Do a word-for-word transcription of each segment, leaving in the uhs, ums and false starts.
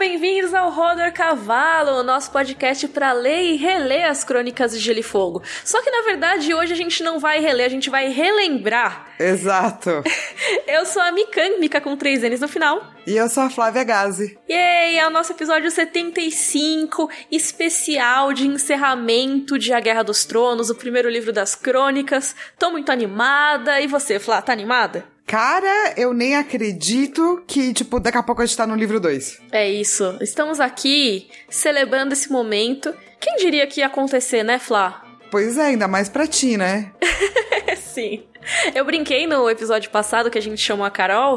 bem-vindos ao Rodor Cavalo, o nosso podcast para ler e reler as Crônicas de Gelo e Fogo. Só que, na verdade, hoje a gente não vai reler, a gente vai relembrar. Exato. Eu sou a Mikan, Mika com três N's no final. E eu sou a Flávia Gazi. Yay! É o nosso episódio setenta e cinco, especial de encerramento de A Guerra dos Tronos, o primeiro livro das Crônicas. Tô muito animada. E você, Flá, tá animada? Cara, eu nem acredito que, tipo, daqui a pouco a gente tá no livro dois. É isso. Estamos aqui celebrando esse momento. Quem diria que ia acontecer, né, Flá? Pois é, ainda mais pra ti, né? Sim. Eu brinquei no episódio passado que a gente chamou a Carol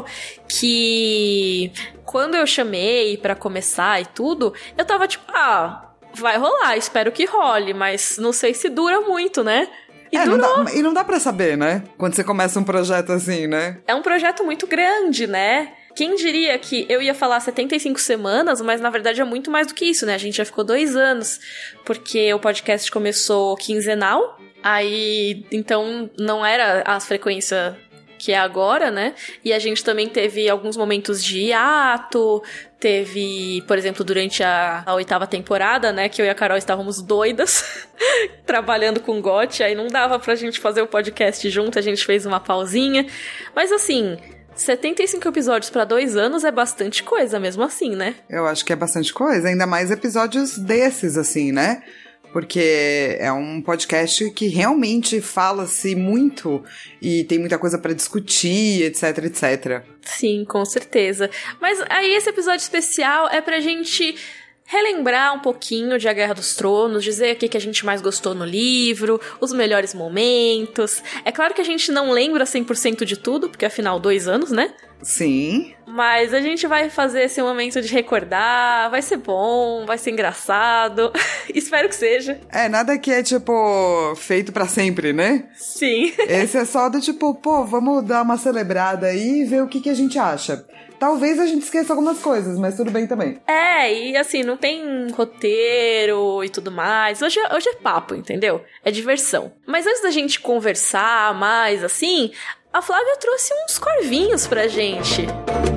que quando eu chamei pra começar e tudo, eu tava tipo, ah, vai rolar, espero que role, mas não sei se dura muito, né? E, é, não dá, e não dá pra saber, né? Quando você começa um projeto assim, né? É um projeto muito grande, né? Quem diria que eu ia falar setenta e cinco semanas, mas na verdade é muito mais do que isso, né? A gente já ficou dois anos, porque o podcast começou quinzenal, aí então não era a frequência que é agora, né? E a gente também teve alguns momentos de hiato, teve, por exemplo, durante a, a oitava temporada, né, que eu e a Carol estávamos doidas, trabalhando com G O T, aí não dava pra gente fazer o podcast junto, a gente fez uma pausinha, mas assim, setenta e cinco episódios pra dois anos é bastante coisa, mesmo assim, né? Eu acho que é bastante coisa, ainda mais episódios desses, assim, né? Porque é um podcast que realmente fala-se muito e tem muita coisa pra discutir, etc, etcétera. Sim, com certeza. Mas aí esse episódio especial é pra gente relembrar um pouquinho de A Guerra dos Tronos, dizer o que, que a gente mais gostou no livro, os melhores momentos. É claro que a gente não lembra cem por cento de tudo, porque afinal, dois anos, né? Sim. Mas a gente vai fazer esse momento de recordar, vai ser bom, vai ser engraçado. Espero que seja. É, nada que é, tipo, feito pra sempre, né? Sim. Esse é só do tipo, pô, vamos dar uma celebrada aí e ver o que, que a gente acha. Talvez a gente esqueça algumas coisas, mas tudo bem também. É, e assim, não tem roteiro e tudo mais. Hoje, hoje é papo, entendeu? É diversão. Mas antes da gente conversar mais, assim, a Flávia trouxe uns corvinhos pra gente.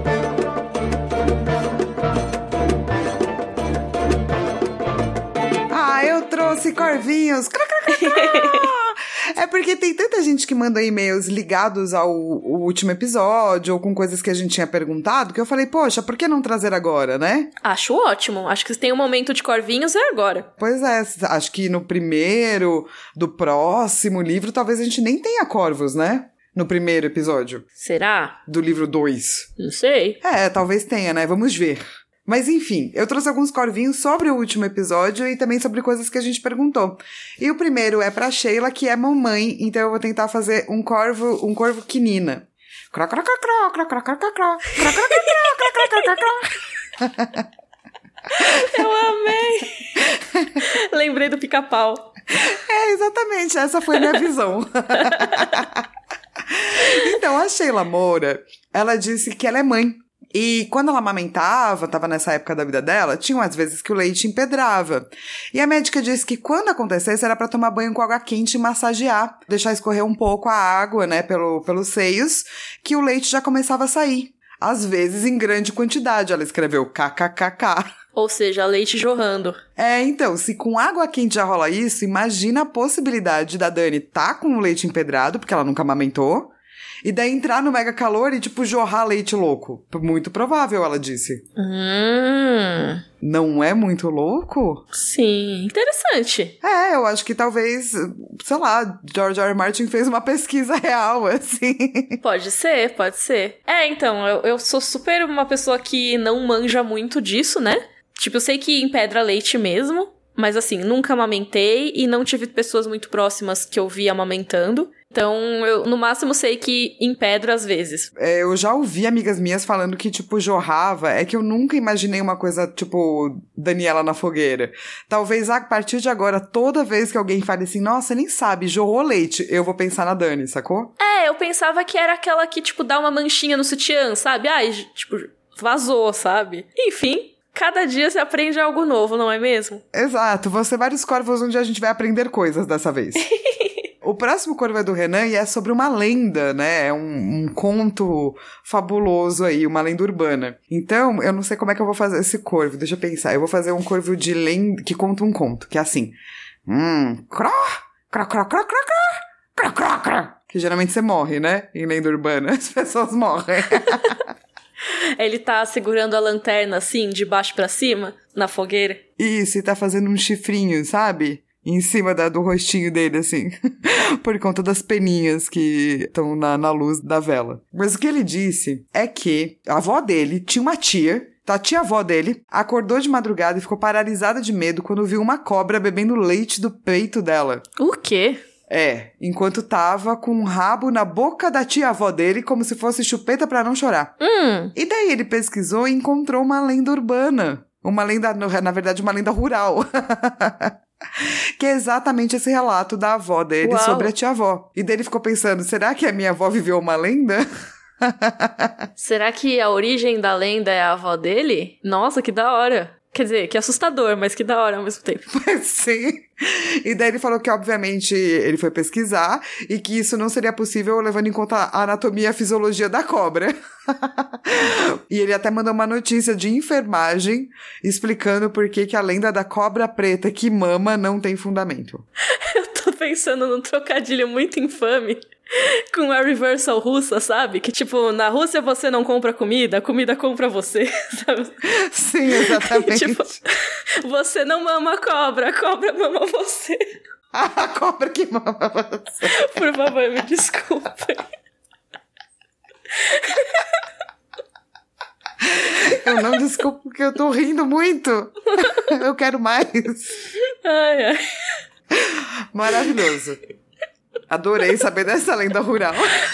Ah, eu trouxe corvinhos! É porque tem tanta gente que manda e-mails ligados ao, ao último episódio ou com coisas que a gente tinha perguntado que eu falei, poxa, por que não trazer agora, né? Acho ótimo. Acho que se tem um momento de corvinhos é agora. Pois é, acho que no primeiro, do próximo livro, talvez a gente nem tenha corvos, né? No primeiro episódio. Será? Do livro dois. Não sei. É, talvez tenha, né? Vamos ver. Mas enfim, eu trouxe alguns corvinhos sobre o último episódio e também sobre coisas que a gente perguntou. E o primeiro é pra Sheila, que é mamãe, então eu vou tentar fazer um corvo, um corvo quinina. Eu amei! Lembrei do Pica-Pau. É, exatamente, essa foi a minha visão. Então, a Sheila Moura, ela disse que ela é mãe. E quando ela amamentava, estava nessa época da vida dela, tinham às vezes que o leite empedrava. E a médica disse que quando acontecesse era para tomar banho com água quente e massagear, deixar escorrer um pouco a água, né, pelo, pelos seios, que o leite já começava a sair. Às vezes em grande quantidade, ela escreveu kkkk. Ou seja, leite jorrando. É, então, se com água quente já rola isso, imagina a possibilidade da Dani tá com o leite empedrado, porque ela nunca amamentou, e daí entrar no mega calor e, tipo, jorrar leite louco. Muito provável, ela disse. Hum. Não é muito louco? Sim, interessante. É, eu acho que talvez, sei lá, George R. R. Martin fez uma pesquisa real, assim. Pode ser, pode ser. É, então, eu, eu sou super uma pessoa que não manja muito disso, né? Tipo, eu sei que empedra leite mesmo, mas assim, nunca amamentei e não tive pessoas muito próximas que eu vi amamentando. Então, eu no máximo sei que empedra às vezes. É, eu já ouvi amigas minhas falando que, tipo, jorrava. É que eu nunca imaginei uma coisa, tipo, Daniela na fogueira. Talvez a partir de agora, toda vez que alguém fale assim, nossa, nem sabe, jorrou leite, eu vou pensar na Dani, sacou? É, eu pensava que era aquela que, tipo, dá uma manchinha no sutiã, sabe? Ai, tipo, vazou, sabe? Enfim, cada dia se aprende algo novo, não é mesmo? Exato, vão ser vários corvos onde a gente vai aprender coisas dessa vez. O próximo corvo é do Renan e é sobre uma lenda, né? É um, um conto fabuloso aí, uma lenda urbana. Então, eu não sei como é que eu vou fazer esse corvo. Deixa eu pensar. Eu vou fazer um corvo de lenda que conta um conto, que é assim. Hum, cró, cró, cró, cró, cró, cró, cró, cró, cró. Que geralmente você morre, né? Em lenda urbana, as pessoas morrem. Ele tá segurando a lanterna, assim, de baixo pra cima, na fogueira. Isso, e tá fazendo um chifrinho, sabe? Em cima da, do rostinho dele, assim. Por conta das peninhas que estão na, na luz da vela. Mas o que ele disse é que a avó dele tinha uma tia, a tia-avó dele, acordou de madrugada e ficou paralisada de medo quando viu uma cobra bebendo leite do peito dela. O quê? É, enquanto tava com um rabo na boca da tia-avó dele, como se fosse chupeta pra não chorar. Hum. E daí ele pesquisou e encontrou uma lenda urbana. Uma lenda, na verdade, uma lenda rural. Que é exatamente esse relato da avó dele. Uau. Sobre a tia-avó. E daí ele ficou pensando, será que a minha avó viveu uma lenda? Será que a origem da lenda é a avó dele? Nossa, que da hora. Quer dizer, que assustador, mas que da hora ao mesmo tempo. Sim. E daí ele falou que, obviamente, ele foi pesquisar e que isso não seria possível levando em conta a anatomia e a fisiologia da cobra. E ele até mandou uma notícia de enfermagem explicando por que que a lenda da cobra preta que mama não tem fundamento. Eu tô pensando num trocadilho muito infame com a Reversal russa, sabe? Que, tipo, na Rússia você não compra comida, a comida compra você, sabe? Sim, exatamente. Tipo, você não mama a cobra, a cobra mama você. A cobra que mama você. Por favor, me desculpem. Eu não desculpo porque eu tô rindo muito. Eu quero mais. Ai, ai. Maravilhoso. Adorei saber dessa lenda rural.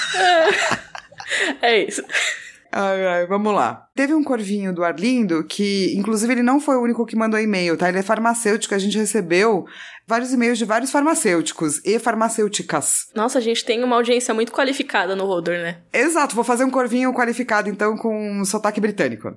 É isso. Ai, ai, vamos lá. Teve um corvinho do Arlindo que, inclusive, ele não foi o único que mandou e-mail, tá? Ele é farmacêutico, a gente recebeu vários e-mails de vários farmacêuticos e farmacêuticas. Nossa, a gente tem uma audiência muito qualificada no Rodor, né? Exato, vou fazer um corvinho qualificado, então, com um sotaque britânico.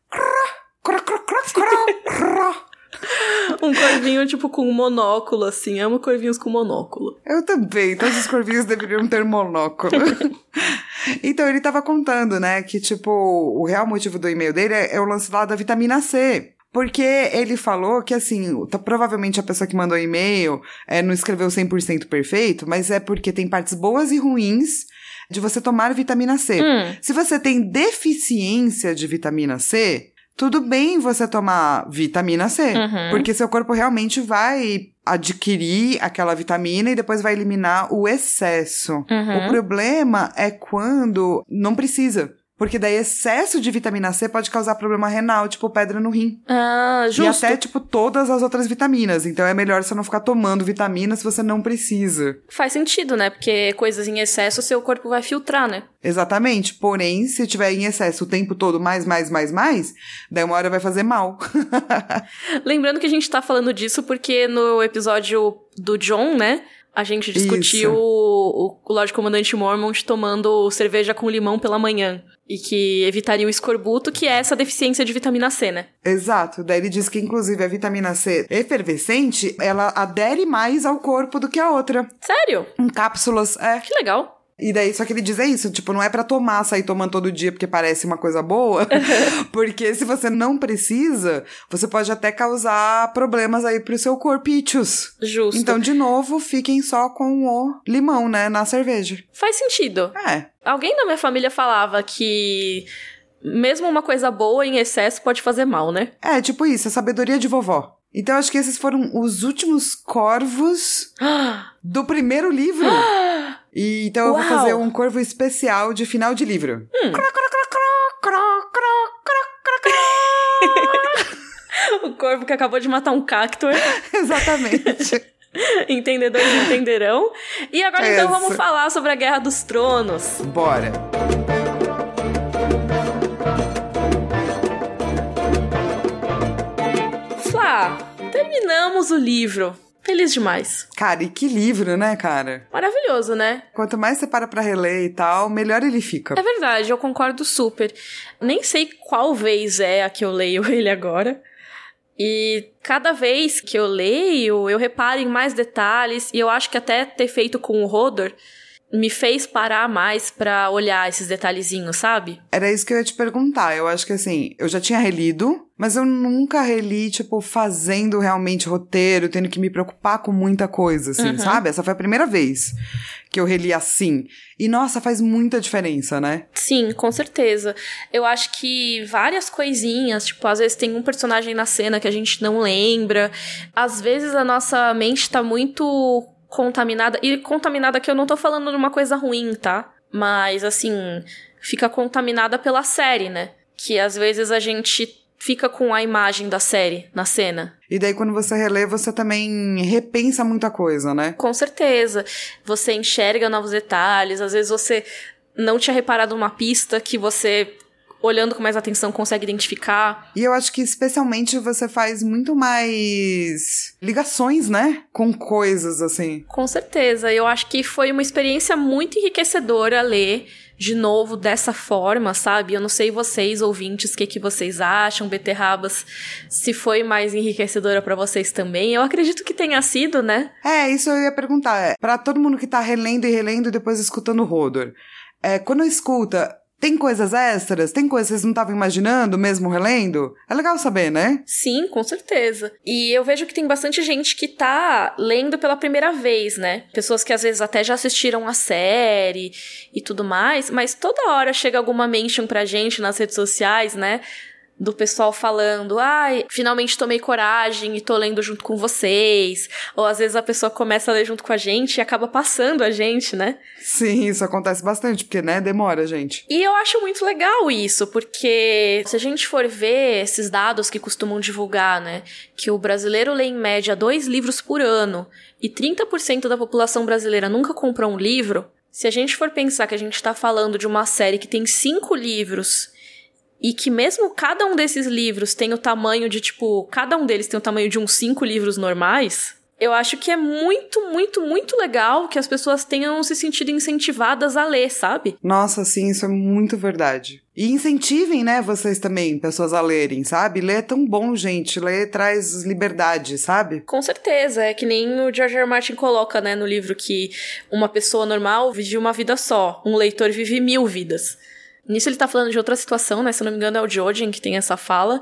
Um corvinho, tipo, com um monóculo, assim. Amo corvinhos com monóculo. Eu também. Todos os corvinhos deveriam ter monóculo. Então, ele tava contando, né, que, tipo, o real motivo do e-mail dele é, é o lance lá da vitamina C. Porque ele falou que, assim, tá, provavelmente a pessoa que mandou o e-mail é, não escreveu cem por cento perfeito, mas é porque tem partes boas e ruins de você tomar vitamina C. Hum. Se você tem deficiência de vitamina C, tudo bem você tomar vitamina C, uhum. porque seu corpo realmente vai adquirir aquela vitamina e depois vai eliminar o excesso. Uhum. O problema é quando não precisa. Porque daí excesso de vitamina C pode causar problema renal, tipo pedra no rim. Ah, justo. E até, tipo, todas as outras vitaminas. Então é melhor você não ficar tomando vitamina se você não precisa. Faz sentido, né? Porque coisas em excesso, seu corpo vai filtrar, né? Exatamente. Porém, se tiver em excesso o tempo todo, mais, mais, mais, mais, daí uma hora vai fazer mal. Lembrando que a gente tá falando disso porque no episódio do John, né? A gente discutiu o, o Lorde Comandante Mormont tomando cerveja com limão pela manhã. E que evitaria o escorbuto, que é essa deficiência de vitamina C, né? Exato. Daí ele diz que, inclusive, a vitamina C efervescente, ela adere mais ao corpo do que a outra. Sério? Em cápsulas, é. Que legal. E daí, só que ele diz é isso, tipo, não é pra tomar, sair tomando todo dia porque parece uma coisa boa, porque se você não precisa, você pode até causar problemas aí pro seu corpítios. Justo. Então, de novo, fiquem só com o limão, né, na cerveja. Faz sentido. É. Alguém da minha família falava que mesmo uma coisa boa em excesso pode fazer mal, né? É, tipo isso, a sabedoria de vovó. Então, acho que esses foram os últimos corvos do primeiro livro. E então eu Uau. vou fazer um corvo especial de final de livro. Hum. O corvo que acabou de matar um cactor. Exatamente. Entendedores entenderão. E agora é então essa. Vamos falar sobre a Guerra dos Tronos. Bora. Flá, terminamos o livro. Feliz demais. Cara, e que livro, né, cara? Maravilhoso, né? Quanto mais você para pra reler e tal, melhor ele fica. É verdade, eu concordo super. Nem sei qual vez é a que eu leio ele agora. E cada vez que eu leio, eu reparo em mais detalhes, e eu acho que até ter feito com o Hodor me fez parar mais pra olhar esses detalhezinhos, sabe? Era isso que eu ia te perguntar. Eu acho que, assim, eu já tinha relido, mas eu nunca reli, tipo, fazendo realmente roteiro, tendo que me preocupar com muita coisa, assim, uhum. sabe? Essa foi a primeira vez que eu reli assim. E, nossa, faz muita diferença, né? Sim, com certeza. Eu acho que várias coisinhas, tipo, às vezes tem um personagem na cena que a gente não lembra. Às vezes a nossa mente tá muito contaminada. E contaminada que eu não tô falando de uma coisa ruim, tá? Mas, assim, fica contaminada pela série, né? Que às vezes a gente fica com a imagem da série na cena. E daí quando você relê, você também repensa muita coisa, né? Com certeza. Você enxerga novos detalhes. Às vezes você não tinha reparado uma pista que você, olhando com mais atenção, consegue identificar. E eu acho que especialmente você faz muito mais ligações, né? Com coisas, assim. Com certeza. Eu acho que foi uma experiência muito enriquecedora ler de novo dessa forma, sabe? Eu não sei vocês, ouvintes, o que, que vocês acham, beterrabas, se foi mais enriquecedora pra vocês também. Eu acredito que tenha sido, né? É, isso eu ia perguntar. É, pra todo mundo que tá relendo e relendo e depois escutando o Hodor, é, quando escuta, tem coisas extras? Tem coisas que vocês não estavam imaginando, mesmo relendo? É legal saber, né? Sim, com certeza. E eu vejo que tem bastante gente que tá lendo pela primeira vez, né? Pessoas que às vezes até já assistiram a série e tudo mais, mas toda hora chega alguma mention pra gente nas redes sociais, né? Do pessoal falando, ai, finalmente tomei coragem e tô lendo junto com vocês. Ou às vezes a pessoa começa a ler junto com a gente e acaba passando a gente, né? Sim, isso acontece bastante, porque, né, demora, gente. E eu acho muito legal isso, porque se a gente for ver esses dados que costumam divulgar, né, que o brasileiro lê em média dois livros por ano e trinta por cento da população brasileira nunca comprou um livro, se a gente for pensar que a gente tá falando de uma série que tem cinco livros e que mesmo cada um desses livros tem o tamanho de, tipo, cada um deles tem o tamanho de uns cinco livros normais, eu acho que é muito, muito, muito legal que as pessoas tenham se sentido incentivadas a ler, sabe? Nossa, sim, isso é muito verdade. E incentivem, né, vocês também, pessoas a lerem, sabe? Ler é tão bom, gente. Ler traz liberdade, sabe? Com certeza. É que nem o George R. R. Martin coloca, né, no livro que uma pessoa normal vive uma vida só. Um leitor vive mil vidas. Nisso ele tá falando de outra situação, né? Se eu não me engano é o Jojen que tem essa fala.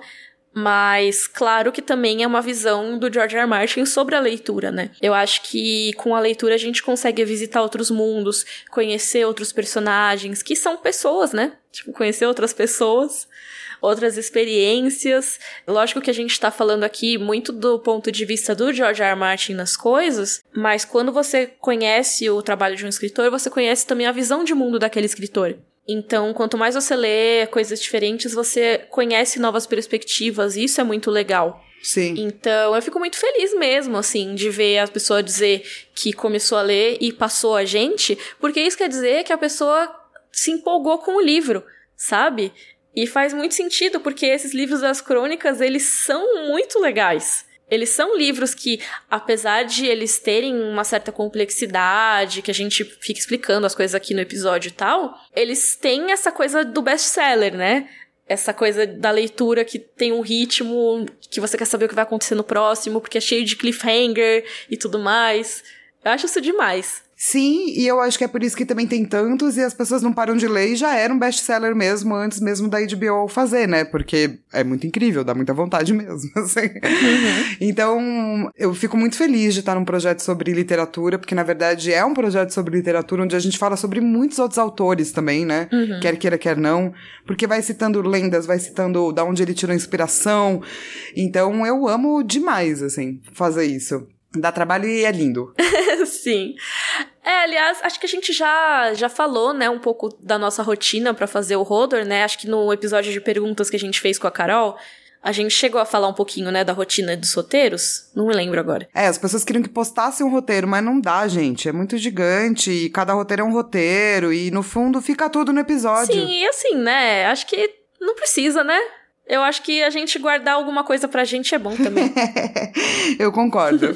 Mas claro que também é uma visão do George R. R. Martin sobre a leitura, né? Eu acho que com a leitura a gente consegue visitar outros mundos, conhecer outros personagens, que são pessoas, né? Tipo, conhecer outras pessoas, outras experiências. Lógico que a gente tá falando aqui muito do ponto de vista do George R. R. Martin nas coisas, mas quando você conhece o trabalho de um escritor, você conhece também a visão de mundo daquele escritor. Então, quanto mais você lê coisas diferentes, você conhece novas perspectivas, e isso é muito legal. Sim. Então, eu fico muito feliz mesmo, assim, de ver a pessoa dizer que começou a ler e passou a gente, porque isso quer dizer que a pessoa se empolgou com o livro, sabe? E faz muito sentido, porque esses livros das crônicas, eles são muito legais. Eles são livros que, apesar de eles terem uma certa complexidade, que a gente fica explicando as coisas aqui no episódio e tal, eles têm essa coisa do best-seller, né? Essa coisa da leitura que tem um ritmo, que você quer saber o que vai acontecer no próximo, porque é cheio de cliffhanger e tudo mais. Eu acho isso demais. Sim, e eu acho que é por isso que também tem tantos e as pessoas não param de ler e já era um best-seller mesmo, antes mesmo da H B O fazer, né? Porque é muito incrível, dá muita vontade mesmo, assim. Uhum. Então, eu fico muito feliz de estar num projeto sobre literatura, porque na verdade é um projeto sobre literatura onde a gente fala sobre muitos outros autores também, né? Uhum. Quer queira, quer não. Porque vai citando lendas, vai citando da onde ele tirou inspiração. Então, eu amo demais, assim, fazer isso. Dá trabalho e é lindo. Sim. É, aliás, acho que a gente já, já falou, né, um pouco da nossa rotina pra fazer o Hodor, né? Acho que no episódio de perguntas que a gente fez com a Carol, a gente chegou a falar um pouquinho, né, da rotina dos roteiros. Não me lembro agora. É, as pessoas queriam que postasse um roteiro, mas não dá, gente. É muito gigante e cada roteiro é um roteiro e, no fundo, fica tudo no episódio. Sim, e assim, né, acho que não precisa, né? Eu acho que a gente guardar alguma coisa pra gente é bom também. Eu concordo.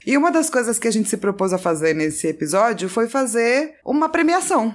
E uma das coisas que a gente se propôs a fazer nesse episódio foi fazer uma premiação.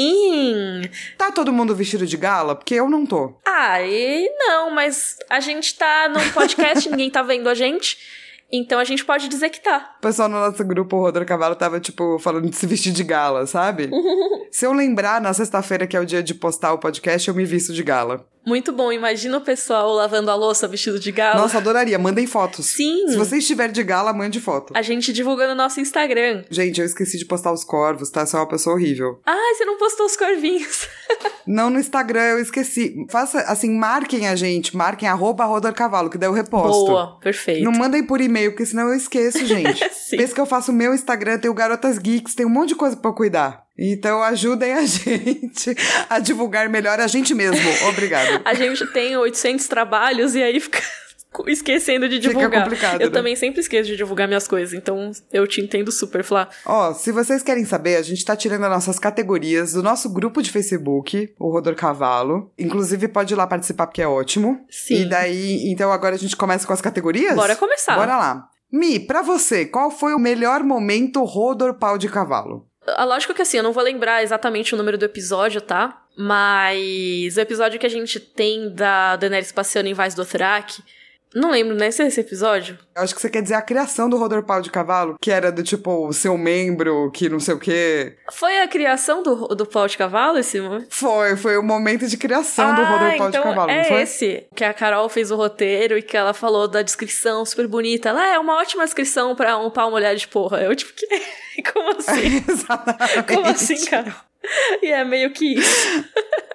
Sim! Tá todo mundo vestido de gala? Porque eu não tô. Ah, e não, mas a gente tá num podcast, ninguém tá vendo a gente. Então a gente pode dizer que tá. O pessoal no nosso grupo, o Rodor Cavalo, tava, tipo, falando de se vestir de gala, sabe? Se eu lembrar na sexta-feira, que é o dia de postar o podcast, eu me visto de gala. Muito bom, imagina o pessoal lavando a louça vestido de gala. Nossa, adoraria, mandem fotos. Sim. Se você estiver de gala, mande foto. A gente divulga no nosso Instagram. Gente, eu esqueci de postar os corvos, tá? Sou uma pessoa horrível. Ah, você não postou os corvinhos. Não, no Instagram eu esqueci. Faça, assim, marquem a gente, marquem arroba Rodor Cavalo, que daí eu reposto. Boa, perfeito. Não mandem por e-mail, porque senão eu esqueço, gente. Sim. Pensa que eu faço o meu Instagram, tenho Garotas Geeks, tem um monte de coisa pra eu cuidar. Então ajudem a gente a divulgar melhor a gente mesmo. Obrigada. A gente tem oitocentos trabalhos e aí fica esquecendo de divulgar. Fica complicado, Eu né? também sempre esqueço de divulgar minhas coisas, então eu te entendo super, Flá. Ó, se vocês querem saber, a gente tá tirando as nossas categorias do nosso grupo de Facebook, o Rodor Cavalo. Inclusive, pode ir lá participar, porque é ótimo. Sim. E daí, então agora a gente começa com as categorias? Bora começar. Bora lá. Mi, pra você, qual foi o melhor momento Rodor Pau de Cavalo? A lógica é que assim, eu não vou lembrar exatamente o número do episódio, tá? Mas o episódio que a gente tem da Daenerys passeando em Vaz Dothraki, não lembro, né? Esse é esse episódio? Eu acho que você quer dizer a criação do Rodor Pau de Cavalo, que era do tipo, seu membro, que não sei o quê. Foi a criação do, do pau de cavalo esse momento? Foi, foi o momento de criação ah, do Rodor Pau então de Cavalo, é não foi? esse, que a Carol fez o roteiro e que ela falou da descrição super bonita. Ela é uma ótima descrição pra um pau molhado de porra. Eu tipo, que... como assim? Exatamente. Como assim, Carol? E é meio que isso.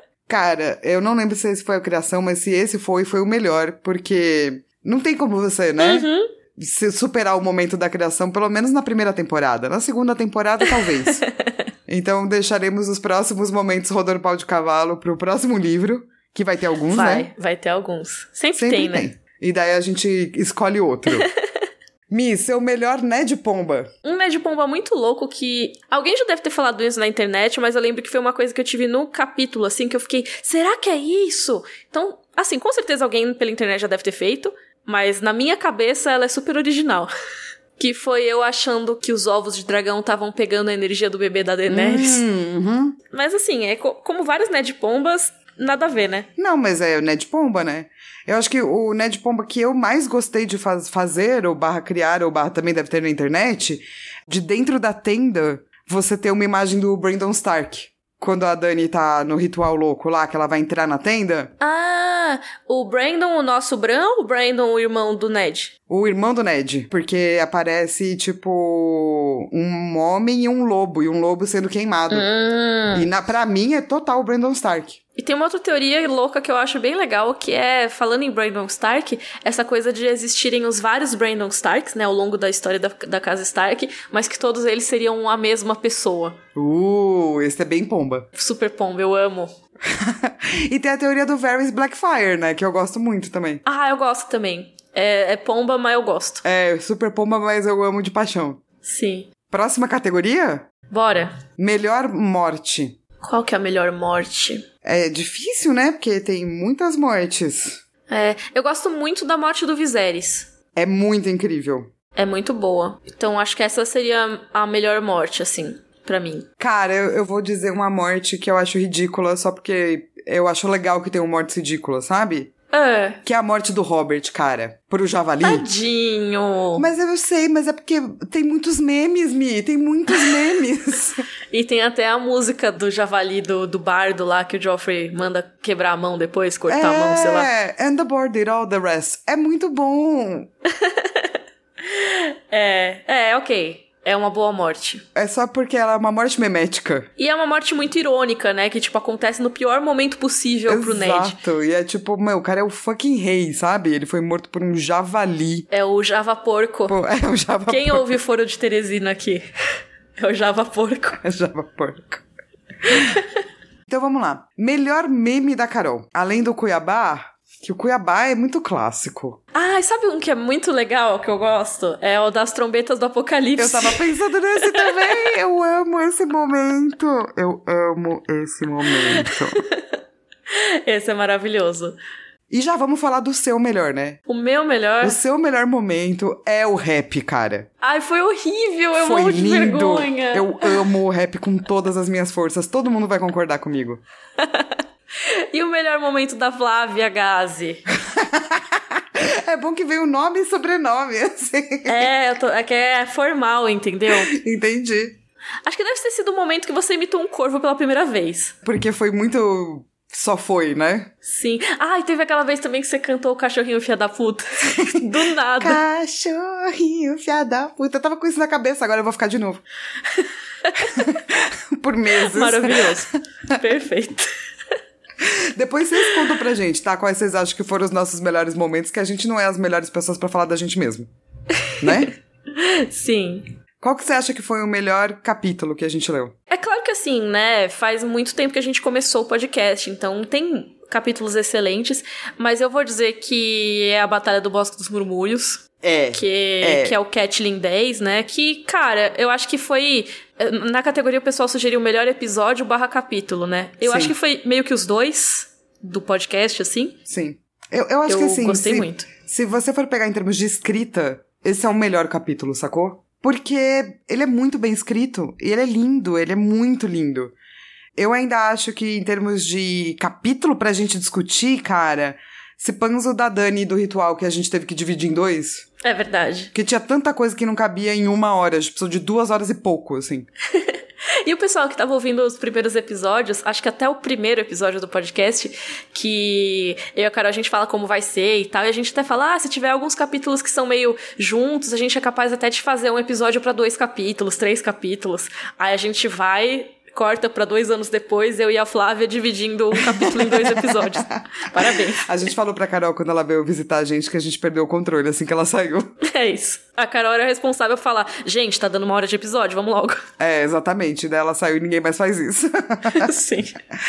Cara, eu não lembro se esse foi a criação, mas se esse foi, foi o melhor, porque não tem como você, né? Uhum. Se superar o momento da criação, pelo menos na primeira temporada. Na segunda temporada, talvez. Então, deixaremos os próximos momentos Rodor Pau de Cavalo pro próximo livro, que vai ter alguns, vai, né? Vai ter alguns. Sempre, Sempre tem, tem, né? E daí a gente escolhe outro. Mi, seu melhor Ned Pomba. Um Ned Pomba muito louco que... Alguém já deve ter falado isso na internet, mas eu lembro que foi uma coisa que eu tive no capítulo, assim, que eu fiquei... Será que é isso? Então, assim, com certeza alguém pela internet já deve ter feito, mas na minha cabeça ela é super original. Que foi eu achando que os ovos de dragão estavam pegando a energia do bebê da Daenerys. Uhum. Mas assim, é co- como vários Ned Pombas, nada a ver, né? Não, mas é o Ned Pomba, né? Eu acho que o Ned Pomba que eu mais gostei de faz- fazer, ou barra criar, ou barra também deve ter na internet, de dentro da tenda, você ter uma imagem do Brandon Stark. Quando a Dany tá no ritual louco lá, que ela vai entrar na tenda. Ah, o Brandon, o nosso Bran, ou o Brandon, o irmão do Ned? O irmão do Ned. Porque aparece, tipo, um homem e um lobo. E um lobo sendo queimado. Hum. E na, pra mim é total o Brandon Stark. E tem uma outra teoria louca que eu acho bem legal, que é, falando em Brandon Stark, essa coisa de existirem os vários Brandon Starks, né, ao longo da história da, da casa Stark, mas que todos eles seriam a mesma pessoa. Uh, esse é bem pomba. Super pomba, eu amo. E tem a teoria do Varys Blackfyre, né, que eu gosto muito também. Ah, eu gosto também. É, é pomba, mas eu gosto. É, super pomba, mas eu amo de paixão. Sim. Próxima categoria? Bora. Melhor morte. Qual que é a melhor morte? É difícil, né? Porque tem muitas mortes. É, eu gosto muito da morte do Viserys. É muito incrível. É muito boa. Então acho que essa seria a melhor morte, assim, pra mim. Cara, eu, eu vou dizer uma morte que eu acho ridícula, só porque eu acho legal que tem mortes ridículas, sabe? É. Que é a morte do Robert, cara. Pro javali. Tadinho. Mas eu sei, mas é porque tem muitos memes, Mi. Tem muitos memes. E tem até a música do javali do, do bardo lá, que o Joffrey manda quebrar a mão depois, cortar é, a mão, sei lá. And the board did all the rest. É muito bom. É, é, ok. É uma boa morte. É só porque ela é uma morte memética. E é uma morte muito irônica, né? Que, tipo, acontece no pior momento possível Exato. pro Ned. Exato. E é tipo, meu, o cara é o fucking rei, sabe? Ele foi morto por um javali. É o Java Porco. Pô, é o Java Quem Porco. ouve Foro de Teresina aqui? É o Java Porco. É Java Porco. Então vamos lá. Melhor meme da Carol. Além do Cuiabá, que o Cuiabá é muito clássico. Ah, e sabe um que é muito legal, que eu gosto? É o das trombetas do Apocalipse. Eu tava pensando nesse também. Eu amo esse momento. Eu amo esse momento. Esse é maravilhoso. E já vamos falar do seu melhor, né? O meu melhor? O seu melhor momento é o rap, cara. Ai, foi horrível, eu foi morro de lindo. vergonha. Eu amo o rap com todas as minhas forças. Todo mundo vai concordar comigo. E o melhor momento da Flávia Gazi? É bom que veio o nome e sobrenome, assim. É, eu tô, é que é formal, entendeu? Entendi. Acho que deve ter sido o momento que você imitou um corvo pela primeira vez. Porque foi muito... Só foi, né? Sim. Ah, e teve aquela vez também que você cantou o cachorrinho fia da puta. Do nada. Cachorrinho fia da puta. Eu tava com isso na cabeça, agora eu vou ficar de novo. Por meses. Maravilhoso. Perfeito. Depois vocês contam pra gente, tá? Quais vocês acham que foram os nossos melhores momentos, que a gente não é as melhores pessoas pra falar da gente mesmo. Né? Sim. Qual que você acha que foi o melhor capítulo que a gente leu? É claro que assim, né, faz muito tempo que a gente começou o podcast, então tem capítulos excelentes, mas eu vou dizer que é a Batalha do Bosque dos Murmúrios. É. Que é, que é o Catelyn dez, né, que, cara, eu acho que foi... Na categoria o pessoal sugeriu o melhor episódio barra capítulo, né? Eu Sim. acho que foi meio que os dois do podcast, assim. Sim. Eu, eu acho eu que assim... Eu gostei se, muito. Se você for pegar em termos de escrita, esse é o melhor capítulo, sacou? Porque ele é muito bem escrito, e ele é lindo, ele é muito lindo. Eu ainda acho que, em termos de capítulo pra gente discutir, cara, se panzo da Dani do ritual que a gente teve que dividir em dois... É verdade. Porque tinha tanta coisa que não cabia em uma hora, a gente precisou de duas horas e pouco, assim. E o pessoal que tava ouvindo os primeiros episódios, acho que até o primeiro episódio do podcast, que eu e a Carol, a gente fala como vai ser e tal, e a gente até fala, ah, se tiver alguns capítulos que são meio juntos, a gente é capaz até de fazer um episódio pra dois capítulos, três capítulos. Aí a gente vai... corta pra dois anos depois, eu e a Flávia dividindo um capítulo em dois episódios. Parabéns. A gente falou pra Carol, quando ela veio visitar a gente, que a gente perdeu o controle assim que ela saiu. É isso. A Carol era responsável por falar, gente, tá dando uma hora de episódio, vamos logo. É, exatamente. Daí ela saiu e ninguém mais faz isso. Sim.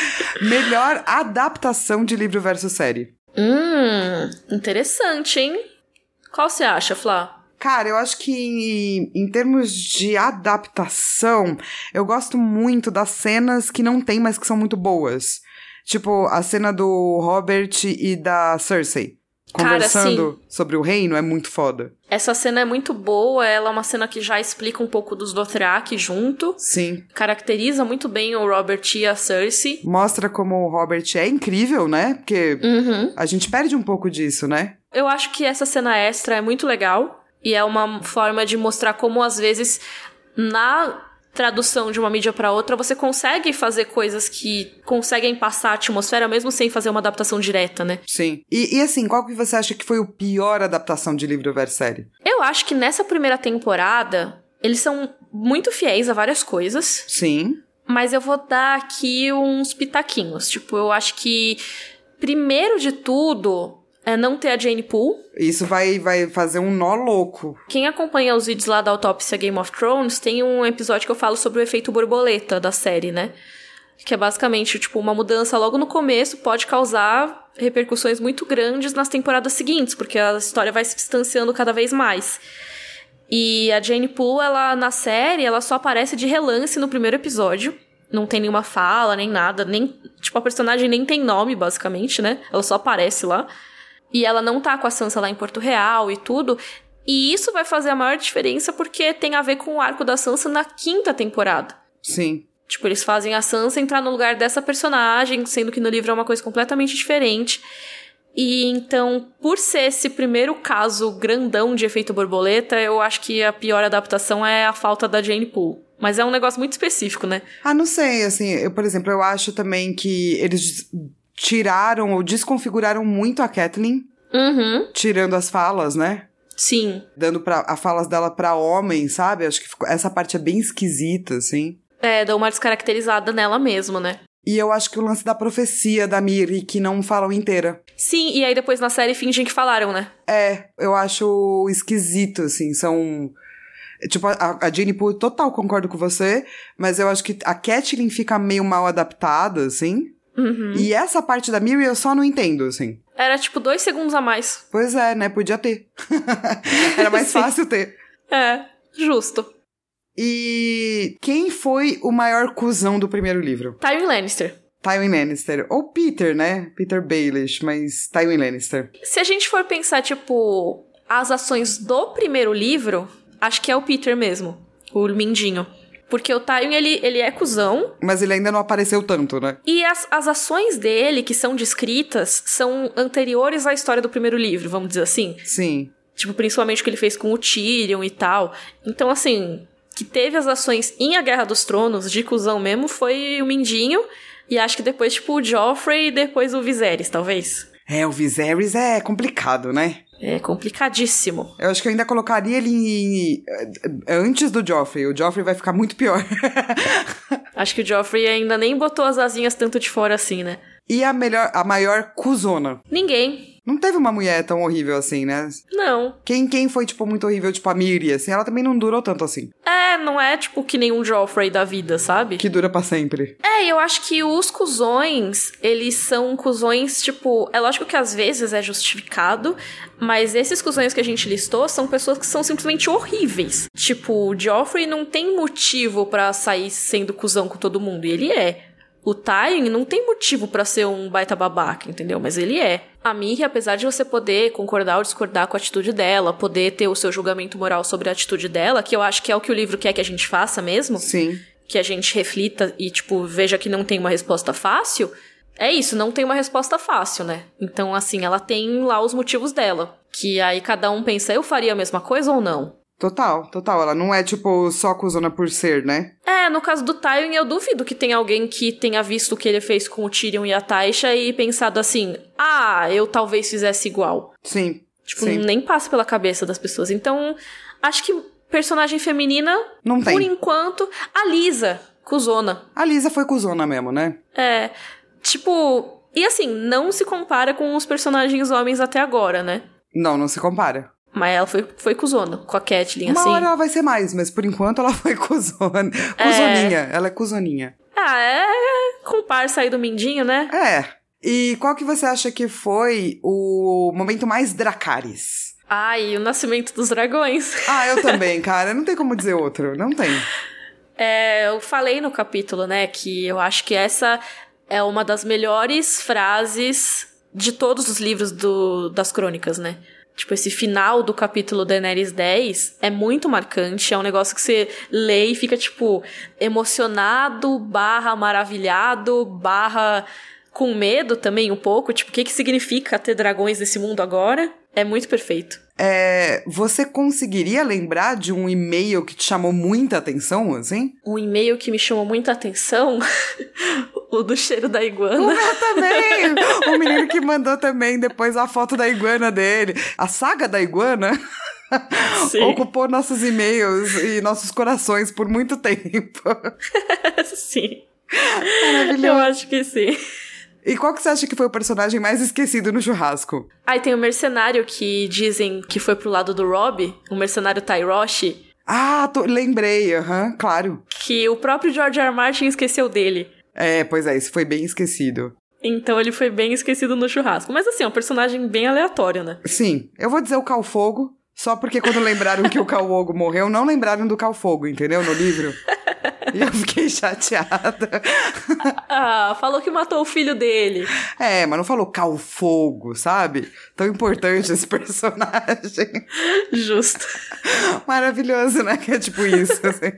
Melhor adaptação de livro versus série. Hum, interessante, hein? Qual você acha, Flá? Cara, eu acho que em termos de adaptação, eu gosto muito das cenas que não tem, mas que são muito boas. Tipo, a cena do Robert e da Cersei conversando Cara, sobre o reino é muito foda. Essa cena é muito boa, ela é uma cena que já explica um pouco dos Dothraki junto. Sim. Caracteriza muito bem o Robert e a Cersei. Mostra como o Robert é incrível, né? Porque uhum. a gente perde um pouco disso, né? Eu acho que essa cena extra é muito legal. E é uma forma de mostrar como, às vezes, na tradução de uma mídia pra outra, você consegue fazer coisas que conseguem passar a atmosfera mesmo sem fazer uma adaptação direta, né? Sim. E, e assim, qual que você acha que foi o pior adaptação de livro versus série? Eu acho que nessa primeira temporada, eles são muito fiéis a várias coisas. Sim. Mas eu vou dar aqui uns pitaquinhos. Tipo, eu acho que, primeiro de tudo... é não ter a Jane Poole. Isso vai, vai fazer um nó louco. Quem acompanha os vídeos lá da Autópsia Game of Thrones, tem um episódio que eu falo sobre o efeito borboleta da série, né? Que é basicamente, tipo, uma mudança logo no começo pode causar repercussões muito grandes nas temporadas seguintes, porque a história vai se distanciando cada vez mais. E a Jane Poole, ela, na série, ela só aparece de relance no primeiro episódio. Não tem nenhuma fala, nem nada, nem... Tipo, a personagem nem tem nome, basicamente, né? Ela só aparece lá. E ela não tá com a Sansa lá em Porto Real e tudo. E isso vai fazer a maior diferença porque tem a ver com o arco da Sansa na quinta temporada. Sim. Tipo, eles fazem a Sansa entrar no lugar dessa personagem, sendo que no livro é uma coisa completamente diferente. E então, por ser esse primeiro caso grandão de efeito borboleta, eu acho que a pior adaptação é a falta da Jane Poole. Mas é um negócio muito específico, né? Ah, não sei, assim, eu, por exemplo, eu acho também que eles... tiraram ou desconfiguraram muito a Catelyn. Uhum. Tirando as falas, né? Sim. Dando pra, as falas dela pra homem, sabe? Acho que ficou, essa parte é bem esquisita, assim. É, dá uma descaracterizada nela mesmo, né? E eu acho que o lance da profecia da Miri, que não falam inteira. Sim, e aí depois na série fingem que falaram, né? É, eu acho esquisito, assim, são... Tipo, a, a Jane Poole, total concordo com você, mas eu acho que a Catelyn fica meio mal adaptada, assim. Uhum. E essa parte da Miri eu só não entendo, assim. Era tipo dois segundos a mais. Pois é, né? Podia ter. Era mais fácil ter. É, justo. E quem foi o maior cuzão do primeiro livro? Tyrion Lannister. Tywin Lannister. Ou Peter, né? Peter Baelish, mas Tywin Lannister. Se a gente for pensar, tipo, as ações do primeiro livro, acho que é o Peter mesmo. O Mindinho. Porque o Tywin, ele, ele é cuzão. Mas ele ainda não apareceu tanto, né? E as, as ações dele, que são descritas, são anteriores à história do primeiro livro, vamos dizer assim. Sim. Tipo, principalmente o que ele fez com o Tyrion e tal. Então, assim, que teve as ações em A Guerra dos Tronos, de cuzão mesmo, foi o Mindinho. E acho que depois, tipo, o Joffrey e depois o Viserys, talvez. É, o Viserys é complicado, né? É complicadíssimo. Eu acho que eu ainda colocaria ele em... antes do Joffrey. O Joffrey vai ficar muito pior. Acho que o Joffrey ainda nem botou as asinhas tanto de fora assim, né? E a melhor, a maior cuzona? Ninguém. Não teve uma mulher tão horrível assim, né? Não. Quem, quem foi, tipo, muito horrível, tipo a Miri, assim, ela também não durou tanto assim. É, não é, tipo, que nem um Joffrey da vida, sabe? Que dura pra sempre. É, eu acho que os cuzões, eles são cuzões, tipo... É lógico que às vezes é justificado, mas esses cuzões que a gente listou são pessoas que são simplesmente horríveis. Tipo, o Joffrey não tem motivo pra sair sendo cuzão com todo mundo, e ele é. O Tywin não tem motivo pra ser um baita babaca, entendeu? Mas ele é. A Miri, apesar de você poder concordar ou discordar com a atitude dela, poder ter o seu julgamento moral sobre a atitude dela, que eu acho que é o que o livro quer que a gente faça mesmo. Sim. Que a gente reflita e, tipo, veja que não tem uma resposta fácil. É isso, não tem uma resposta fácil, né? Então, assim, ela tem lá os motivos dela. Que aí cada um pensa, eu faria a mesma coisa ou não? Total, total. Ela não é, tipo, só cuzona por ser, né? É, no caso do Tywin, eu duvido que tenha alguém que tenha visto o que ele fez com o Tyrion e a Taisha e pensado assim, ah, eu talvez fizesse igual. Sim. Tipo, sim. nem passa pela cabeça das pessoas. Então, acho que personagem feminina, não tem. Por enquanto, a Lysa, cuzona. A Lysa foi cuzona mesmo, né? É, tipo... E assim, não se compara com os personagens homens até agora, né? Não, não se compara. Mas ela foi, foi cuzona, com a Catelyn, Uma assim. Uma hora ela vai ser mais, mas por enquanto ela foi cuzona. Cuzoninha, é... ela é cuzoninha. Ah, é comparsa aí do Mindinho, né? É. E qual que você acha que foi o momento mais Dracarys? Ai, o nascimento dos dragões. Ah, eu também, cara. Não tem como dizer outro. Não tem. É, eu falei no capítulo, né, que eu acho que essa é uma das melhores frases de todos os livros do, das crônicas, né? Tipo, esse final do capítulo Daenerys dez é muito marcante, é um negócio que você lê e fica, tipo, emocionado, barra maravilhado, barra com medo também um pouco, tipo, o que que significa ter dragões nesse mundo agora? É muito perfeito. É, você conseguiria lembrar de um e-mail que te chamou muita atenção, assim? Um e-mail que me chamou muita atenção? O do cheiro da iguana. O meu também! O menino que mandou também depois a foto da iguana dele. A saga da iguana Sim. ocupou nossos e-mails e nossos corações por muito tempo. Sim. Maravilhoso. Eu acho que sim. E qual que você acha que foi o personagem mais esquecido no churrasco? Aí tem o mercenário que dizem que foi pro lado do Robb, o mercenário Tyroshi. Ah, tô, lembrei, aham, uhum, claro. Que o próprio George R. R. Martin esqueceu dele. É, pois é, isso foi bem esquecido. Então ele foi bem esquecido no churrasco. Mas assim, é um personagem bem aleatório, né? Sim, eu vou dizer o Calfogo, só porque quando lembraram que o Calfogo morreu, não lembraram do Calfogo, entendeu? No livro. E eu fiquei chateada. Ah, falou que matou o filho dele. É, mas não falou Calfogo, sabe? Tão importante esse personagem. Justo. Maravilhoso, né? Que é tipo isso, assim.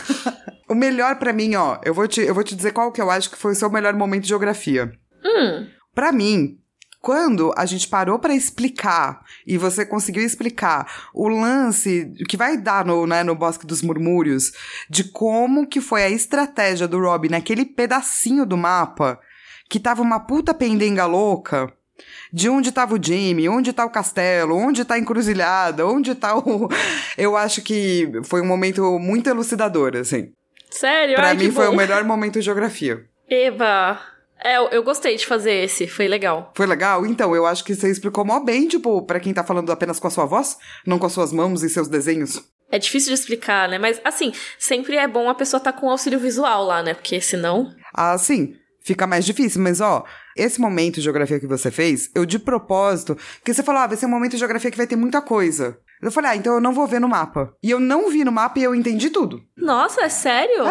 O melhor pra mim, ó, eu vou, te, eu vou te dizer qual que eu acho que foi o seu melhor momento de geografia. Hum. Pra mim, quando a gente parou pra explicar, e você conseguiu explicar o lance que vai dar no, né, no Bosque dos Murmúrios, de como que foi a estratégia do Robb naquele pedacinho do mapa, que tava uma puta pendenga louca, de onde tava o Jaime, onde tá o castelo, onde tá a encruzilhada, onde tá o... Eu acho que foi um momento muito elucidador, assim. Sério? Pra Ai, mim que foi bom. o melhor momento de geografia. Eba... É, eu, eu gostei de fazer esse, foi legal. Foi legal? Então, eu acho que você explicou mó bem, tipo, pra quem tá falando apenas com a sua voz, não com as suas mãos e seus desenhos. É difícil de explicar, né? Mas, assim, sempre é bom a pessoa tá com auxílio visual lá, né? Porque senão... Ah, sim. Fica mais difícil, mas ó, esse momento de geografia que você fez, eu de propósito, porque você falou, ah, vai ser um momento de geografia que vai ter muita coisa. Eu falei, ah, então eu não vou ver no mapa. E eu não vi no mapa e eu entendi tudo. Nossa, é sério? É.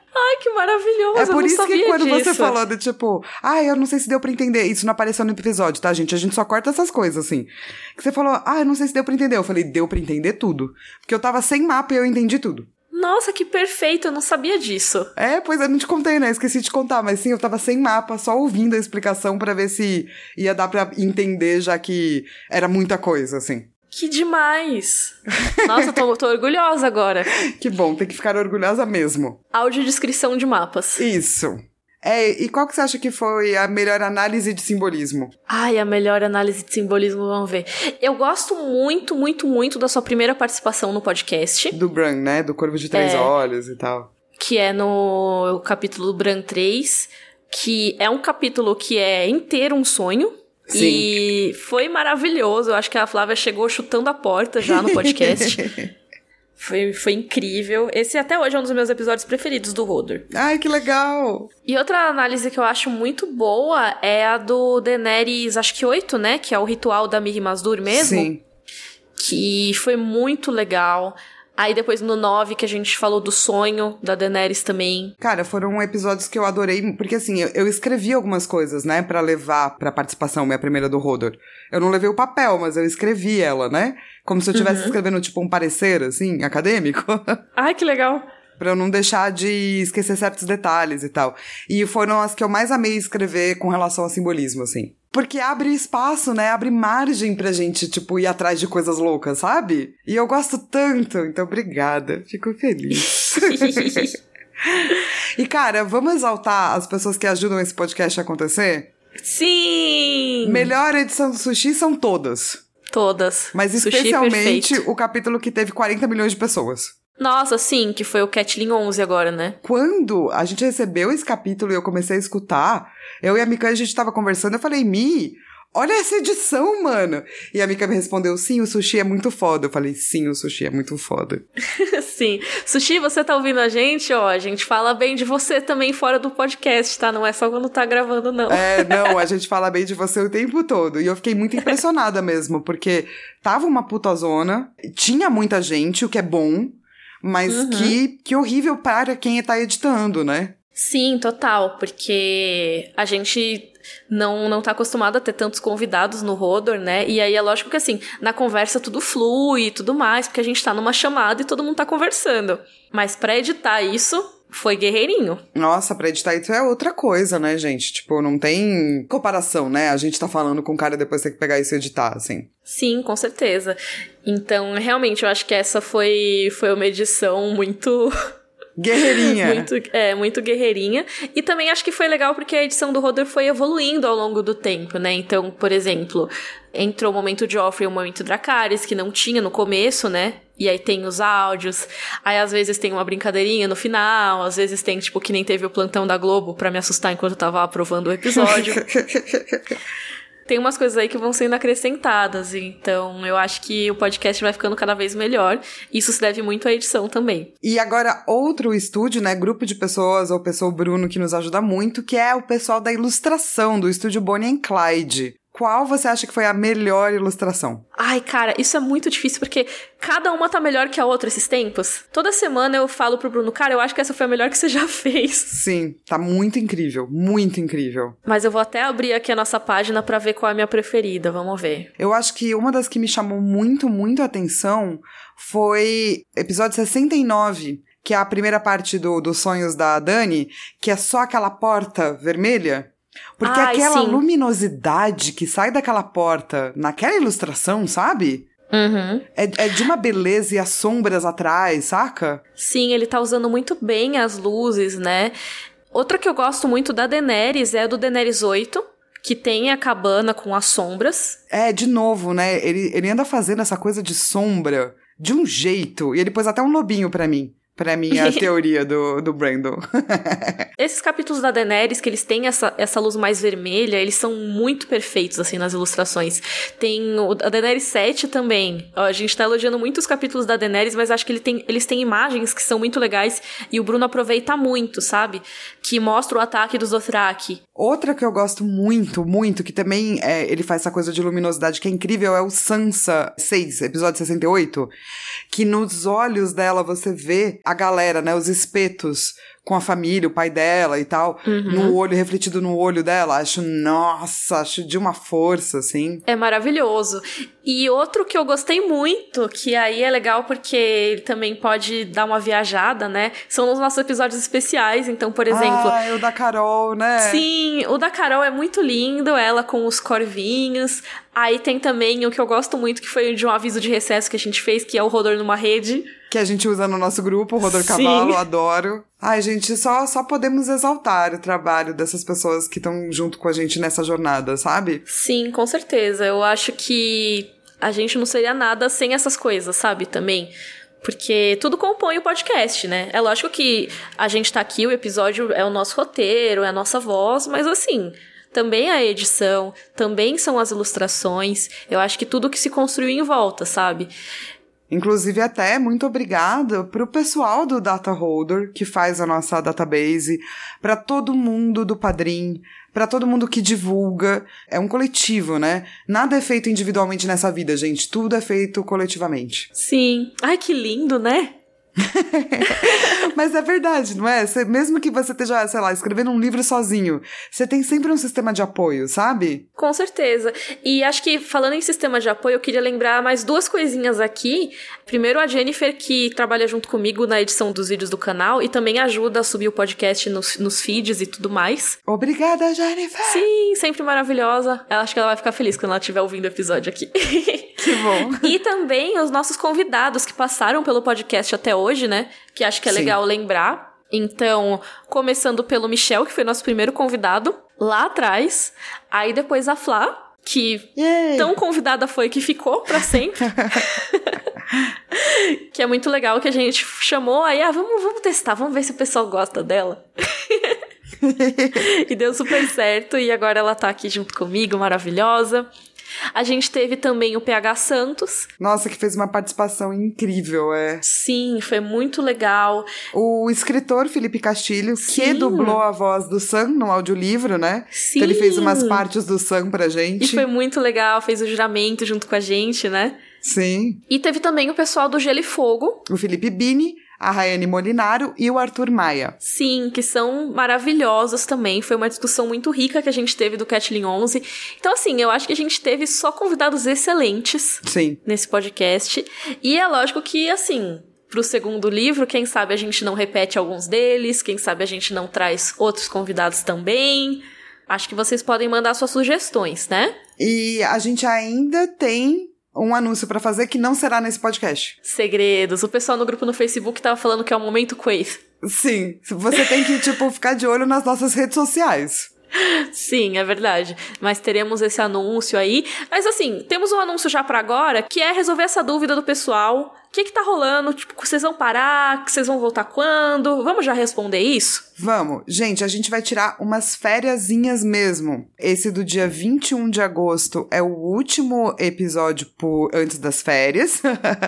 Ai, que maravilhoso, É por eu não isso que quando disso. você falou de tipo, ah, eu não sei se deu pra entender, isso não apareceu no episódio, tá, gente? A gente só corta essas coisas, assim. Que você falou, ah, eu não sei se deu pra entender. Eu falei, deu pra entender tudo. Porque eu tava sem mapa e eu entendi tudo. Nossa, que perfeito, eu não sabia disso. É, pois eu não te contei, né? Esqueci de contar, mas sim, eu tava sem mapa, só ouvindo a explicação pra ver se ia dar pra entender, já que era muita coisa, assim. Que demais! Nossa, eu tô, tô orgulhosa agora. Que bom, tem que ficar orgulhosa mesmo. Audiodescrição de mapas. Isso. É, e qual que você acha que foi a melhor análise de simbolismo? Ai, a melhor análise de simbolismo, vamos ver. Eu gosto muito, muito, muito da sua primeira participação no podcast. Do Bran, né? Do Corvo de Três É. Olhos e tal. Que é no capítulo do Bran três, que é um capítulo que é inteiro um sonho. Sim. E foi maravilhoso. Eu acho que a Flávia chegou chutando a porta já no podcast. foi, foi incrível. Esse até hoje é um dos meus episódios preferidos do Hodor. Ai, que legal! E outra análise que eu acho muito boa é a do Daenerys, acho que oito, né? Que é o ritual da Mirri Masdur mesmo. Sim. Que foi muito legal. Aí depois no nove, que a gente falou do sonho da Daenerys também. Cara, foram episódios que eu adorei, porque assim, eu, eu escrevi algumas coisas, né, pra levar pra participação, minha primeira do Hodor. Eu não levei o papel, mas eu escrevi ela, né? Como se eu estivesse Uhum. escrevendo, tipo, um parecer, assim, acadêmico. Ai, que legal. Pra eu não deixar de esquecer certos detalhes e tal. E foram as que eu mais amei escrever com relação ao simbolismo, assim. Porque abre espaço, né? Abre margem pra gente, tipo, ir atrás de coisas loucas, sabe? E eu gosto tanto, então obrigada. Fico feliz. E, cara, vamos exaltar as pessoas que ajudam esse podcast a acontecer? Sim! Melhor edição do Sushi são todas. Todas. Mas Sushi especialmente perfeito. o capítulo que teve quarenta milhões de pessoas. Nossa, sim, que foi o Catelyn onze agora, né? Quando a gente recebeu esse capítulo e eu comecei a escutar, eu e a Mika, a gente tava conversando, eu falei, Mi, olha essa edição, mano! E a Mika me respondeu, sim, o Sushi é muito foda. Eu falei, sim, o Sushi é muito foda. Sim. Sushi, você tá ouvindo a gente? Ó, a gente fala bem de você também fora do podcast, tá? Não é só quando tá gravando, não. É, não, a gente fala bem de você o tempo todo. E eu fiquei muito impressionada mesmo, porque tava uma puta zona, tinha muita gente, o que é bom, mas Uhum. que, que horrível para quem tá editando, né? Sim, total, porque a gente não, não tá acostumado a ter tantos convidados no Hodor, né? E aí é lógico que assim, na conversa tudo flui e tudo mais, porque a gente tá numa chamada e todo mundo tá conversando. Mas pra editar isso, foi guerreirinho. Nossa, pra editar isso é outra coisa, né, gente? Tipo, não tem comparação, né? A gente tá falando com o cara e depois tem que pegar isso e editar, assim. Sim, com certeza. Então, realmente, eu acho que essa foi, foi uma edição muito... Guerreirinha. muito, é, muito guerreirinha. E também acho que foi legal porque a edição do Hodor foi evoluindo ao longo do tempo, né? Então, por exemplo, entrou o momento Joffrey e o momento Dracarys, que não tinha no começo, né? E aí tem os áudios, aí às vezes tem uma brincadeirinha no final, às vezes tem, tipo, que nem teve o plantão da Globo pra me assustar enquanto eu tava aprovando o episódio. Tem umas coisas aí que vão sendo acrescentadas, então eu acho que o podcast vai ficando cada vez melhor. Isso se deve muito à edição também. E agora, outro estúdio, né, grupo de pessoas, ou pessoa Bruno, que nos ajuda muito, que é o pessoal da ilustração, do estúdio Bonnie and Clyde. Qual você acha que foi a melhor ilustração? Ai, cara, isso é muito difícil, porque cada uma tá melhor que a outra esses tempos. Toda semana eu falo pro Bruno, cara, eu acho que essa foi a melhor que você já fez. Sim, tá muito incrível, muito incrível. Mas eu vou até abrir aqui a nossa página pra ver qual é a minha preferida, vamos ver. Eu acho que uma das que me chamou muito, muito a atenção foi episódio sessenta e nove, que é a primeira parte do, dos sonhos da Dani, que é só aquela porta vermelha. Porque Ai, aquela sim. luminosidade que sai daquela porta naquela ilustração, sabe? Uhum. É, é de uma beleza e as sombras atrás, saca? Sim, ele tá usando muito bem as luzes, né? Outra que eu gosto muito da Daenerys é a do Daenerys oito, que tem a cabana com as sombras. É, de novo, né? Ele, ele anda fazendo essa coisa de sombra de um jeito. E ele pôs até um lobinho pra mim. Pra mim, a teoria do, do Brandon. Esses capítulos da Daenerys, que eles têm essa, essa luz mais vermelha, eles são muito perfeitos, assim, nas ilustrações. Tem o, a Daenerys sete também. Ó, a gente tá elogiando muito os capítulos da Daenerys, mas acho que ele tem, eles têm imagens que são muito legais e o Bruno aproveita muito, sabe? Que mostra o ataque dos Dothraki. Outra que eu gosto muito, muito, que também é, ele faz essa coisa de luminosidade que é incrível, é o Sansa seis, episódio sessenta e oito, que nos olhos dela você vê a galera, né, os espetos, com a família, o pai dela e tal, uhum. no olho, refletido no olho dela. Acho, nossa, acho de uma força, assim. É maravilhoso. E outro que eu gostei muito, que aí é legal porque ele também pode dar uma viajada, né? São os nossos episódios especiais. Então, por exemplo... Ah, o da Carol, né? Sim, o da Carol é muito lindo, ela com os corvinhos. Aí tem também o que eu gosto muito, que foi de um aviso de recesso que a gente fez, que é o Rodor numa Rede. Que a gente usa no nosso grupo, o Rodor Cavalo, adoro. Ai, gente, só, só podemos exaltar o trabalho dessas pessoas que estão junto com a gente nessa jornada, sabe? Sim, com certeza. Eu acho que a gente não seria nada sem essas coisas, sabe? Também. Porque tudo compõe o podcast, né? É lógico que a gente tá aqui, o episódio é o nosso roteiro, é a nossa voz, mas assim... Também a edição, também são as ilustrações. Eu acho que tudo que se construiu em volta, sabe? Inclusive, até muito obrigada pro pessoal do Data Holder, que faz a nossa database, para todo mundo do Padrim, para todo mundo que divulga. É um coletivo, né? Nada é feito individualmente nessa vida, gente. Tudo é feito coletivamente. Sim. Ai, que lindo, né? Mas é verdade, não é? Você, mesmo que você esteja, sei lá, escrevendo um livro sozinho, você tem sempre um sistema de apoio, sabe? Com certeza. E acho que, falando em sistema de apoio, eu queria lembrar mais duas coisinhas aqui. Primeiro, a Jennifer, que trabalha junto comigo na edição dos vídeos do canal e também ajuda a subir o podcast nos, nos feeds e tudo mais. Obrigada, Jennifer! Sim, sempre maravilhosa. Eu acho que ela vai ficar feliz quando ela estiver ouvindo o episódio aqui. Que bom! E também os nossos convidados que passaram pelo podcast até hoje, né? Que acho que é Sim. legal lembrar. Então, começando pelo Michel, que foi nosso primeiro convidado lá atrás. Aí depois a Flá, que Yay. tão convidada foi que ficou pra sempre. Que é muito legal que a gente chamou. Aí, ah, vamos, vamos testar, vamos ver se o pessoal gosta dela. E deu super certo. E agora ela tá aqui junto comigo, maravilhosa. A gente teve também o P H Santos. Nossa, que fez uma participação incrível, é. Sim, foi muito legal. O escritor Felipe Castilho, Sim. que dublou a voz do Sam no audiolivro, né? Sim. Então ele fez umas partes do Sam pra gente. E foi muito legal, fez o juramento junto com a gente, né? Sim. E teve também o pessoal do Gelo e Fogo. O Felipe Bini, a Rayane Molinaro e o Arthur Maia. Sim, que são maravilhosos também. Foi uma discussão muito rica que a gente teve do Catlin onze. Então, assim, eu acho que a gente teve só convidados excelentes Sim. nesse podcast. E é lógico que, assim, pro segundo livro, quem sabe a gente não repete alguns deles, quem sabe a gente não traz outros convidados também. Acho que vocês podem mandar suas sugestões, né? E a gente ainda tem um anúncio pra fazer que não será nesse podcast. Segredos. O pessoal no grupo no Facebook tava falando que é o momento Quaith. Sim. Você tem que, tipo, ficar de olho nas nossas redes sociais. Sim, é verdade. Mas teremos esse anúncio aí. Mas assim, temos um anúncio já pra agora, que é resolver essa dúvida do pessoal. O que que tá rolando? Tipo, vocês vão parar? Vocês vão voltar quando? Vamos já responder isso? Vamos. Gente, a gente vai tirar umas fériasinhas mesmo. Esse do dia vinte e um de agosto é o último episódio por, antes das férias.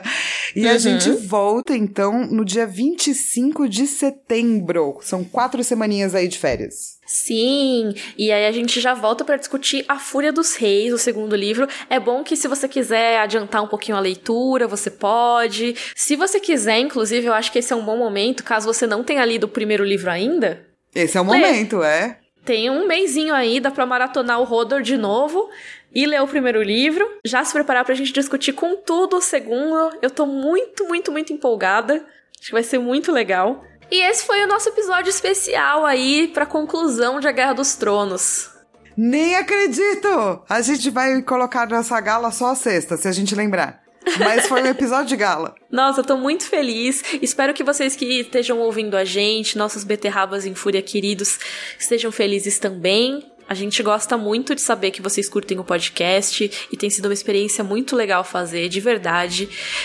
E uhum. a gente volta, então, no dia vinte e cinco de setembro. São quatro semaninhas aí de férias. Sim, e aí a gente já volta pra discutir A Fúria dos Reis, o segundo livro. É bom que se você quiser adiantar um pouquinho a leitura, você pode. Se você quiser, inclusive, eu acho que esse é um bom momento, caso você não tenha lido o primeiro livro ainda. Esse é o momento, lê. é. Tem um mêsinho aí, dá pra maratonar o Rodor de novo e ler o primeiro livro. Já se preparar pra gente discutir com tudo o segundo. Eu tô muito, muito, muito empolgada. Acho que vai ser muito legal. E esse foi o nosso episódio especial aí pra conclusão de A Guerra dos Tronos. Nem acredito! A gente vai colocar nessa gala só a sexta, se a gente lembrar. Mas foi um episódio de gala. Nossa, eu tô muito feliz. Espero que vocês que estejam ouvindo a gente, nossos beterrabas em fúria queridos, estejam felizes também. A gente gosta muito de saber que vocês curtem o podcast e tem sido uma experiência muito legal fazer, de verdade.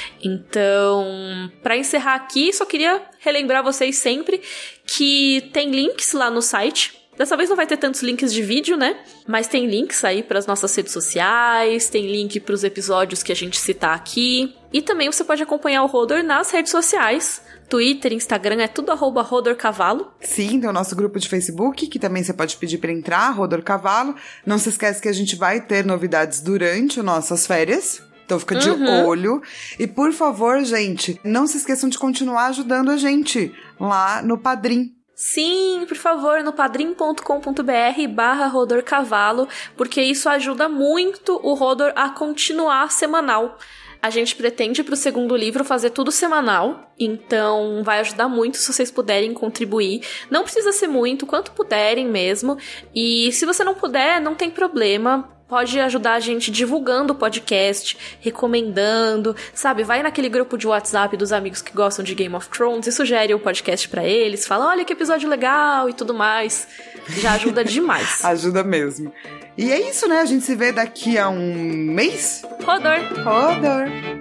Então, pra encerrar aqui, só queria relembrar vocês sempre que tem links lá no site. Dessa vez não vai ter tantos links de vídeo, né? Mas tem links aí para as nossas redes sociais, tem link para os episódios que a gente citar aqui. E também você pode acompanhar o Rodor nas redes sociais. Twitter, Instagram, é tudo arroba Rodor Cavalo. Sim, tem o nosso grupo de Facebook, que também você pode pedir para entrar, Rodor Cavalo. Não se esquece que a gente vai ter novidades durante as nossas férias. Então fica de uhum. olho. E por favor, gente, não se esqueçam de continuar ajudando a gente lá no Padrim. Sim, por favor, no padrim.com.br barra Rodor Cavalo, porque isso ajuda muito o Rodor a continuar semanal. A gente pretende pro segundo livro fazer tudo semanal, então vai ajudar muito se vocês puderem contribuir. Não precisa ser muito, quanto puderem mesmo. E se você não puder, não tem problema. Pode ajudar a gente divulgando o podcast, recomendando, sabe? Vai naquele grupo de WhatsApp dos amigos que gostam de Game of Thrones e sugere o podcast pra eles. Fala, olha que episódio legal e tudo mais. Já ajuda demais. Ajuda mesmo. E é isso, né? A gente se vê daqui a um mês. Rodor! Rodor!